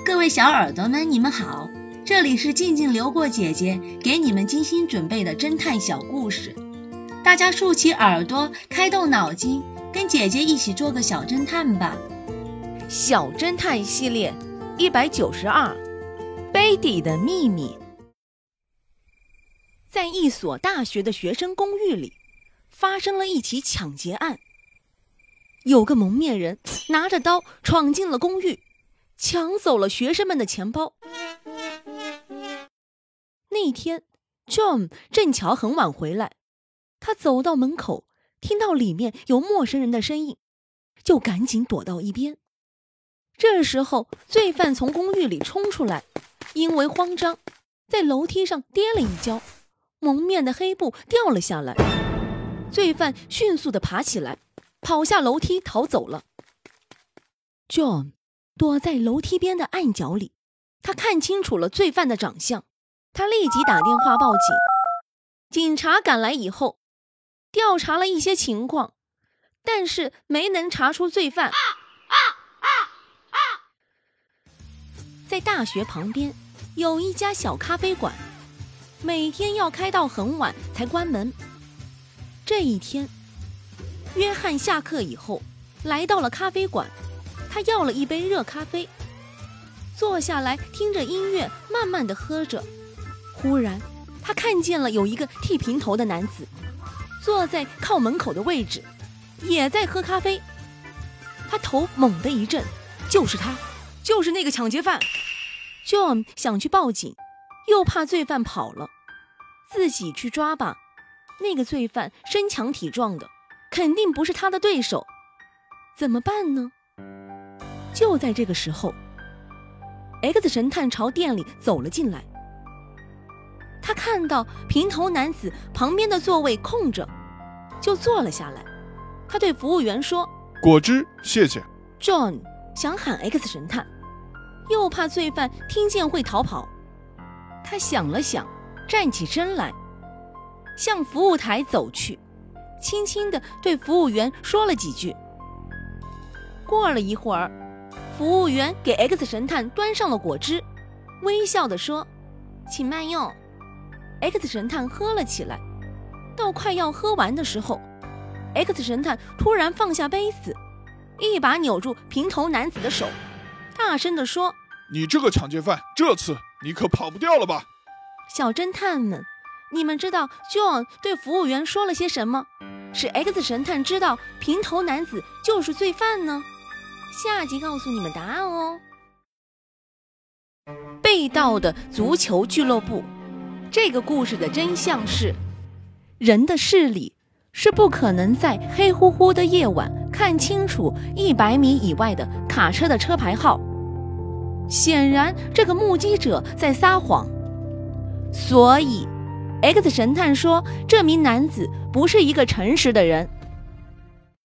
各位小耳朵们，你们好，这里是静静流过姐姐给你们精心准备的侦探小故事，大家竖起耳朵，开动脑筋，跟姐姐一起做个小侦探吧。 小侦探系列192，杯底的秘密。在一所大学的学生公寓里，发生了一起抢劫案。有个蒙面人拿着刀闯进了公寓，抢走了学生们的钱包。那天 John 正巧很晚回来，他走到门口，听到里面有陌生人的声音，就赶紧躲到一边。这时候罪犯从公寓里冲出来，因为慌张，在楼梯上跌了一跤，蒙面的黑布掉了下来。罪犯迅速地爬起来，跑下楼梯逃走了。John 躲在楼梯边的暗角里，他看清楚了罪犯的长相，他立即打电话报警。警察赶来以后，调查了一些情况，但是没能查出罪犯。在大学旁边有一家小咖啡馆，每天要开到很晚才关门。这一天，约翰下课以后来到了咖啡馆，他要了一杯热咖啡，坐下来听着音乐，慢慢地喝着。忽然他看见了有一个剃平头的男子坐在靠门口的位置，也在喝咖啡。他头猛地一震，就是他，就是那个抢劫犯。John 想去报警，又怕罪犯跑了，自己去抓吧。那个罪犯身强体壮的，肯定不是他的对手，怎么办呢？就在这个时候， X 神探朝店里走了进来。他看到平头男子旁边的座位空着，就坐了下来。他对服务员说： 果汁，谢谢。 John 想喊 X 神探，又怕罪犯听见会逃跑。他想了想，站起身来，向服务台走去，轻轻地对服务员说了几句。过了一会儿，服务员给 X 神探端上了果汁，微笑地说：请慢用。 X 神探喝了起来，到快要喝完的时候， X 神探突然放下杯子，一把扭住平头男子的手，大声地说： 你这个抢劫犯，这次你可跑不掉了吧？ 小侦探们，你们知道 John 对服务员说了些什么，使 X 神探知道平头男子就是罪犯呢？下集告诉你们答案哦。被盗的足球俱乐部。这个故事的真相是，人的视力是不可能在黑乎乎的夜晚看清楚100米以外的卡车的车牌号。显然这个目击者在撒谎，所以 X 神探说这名男子不是一个诚实的人。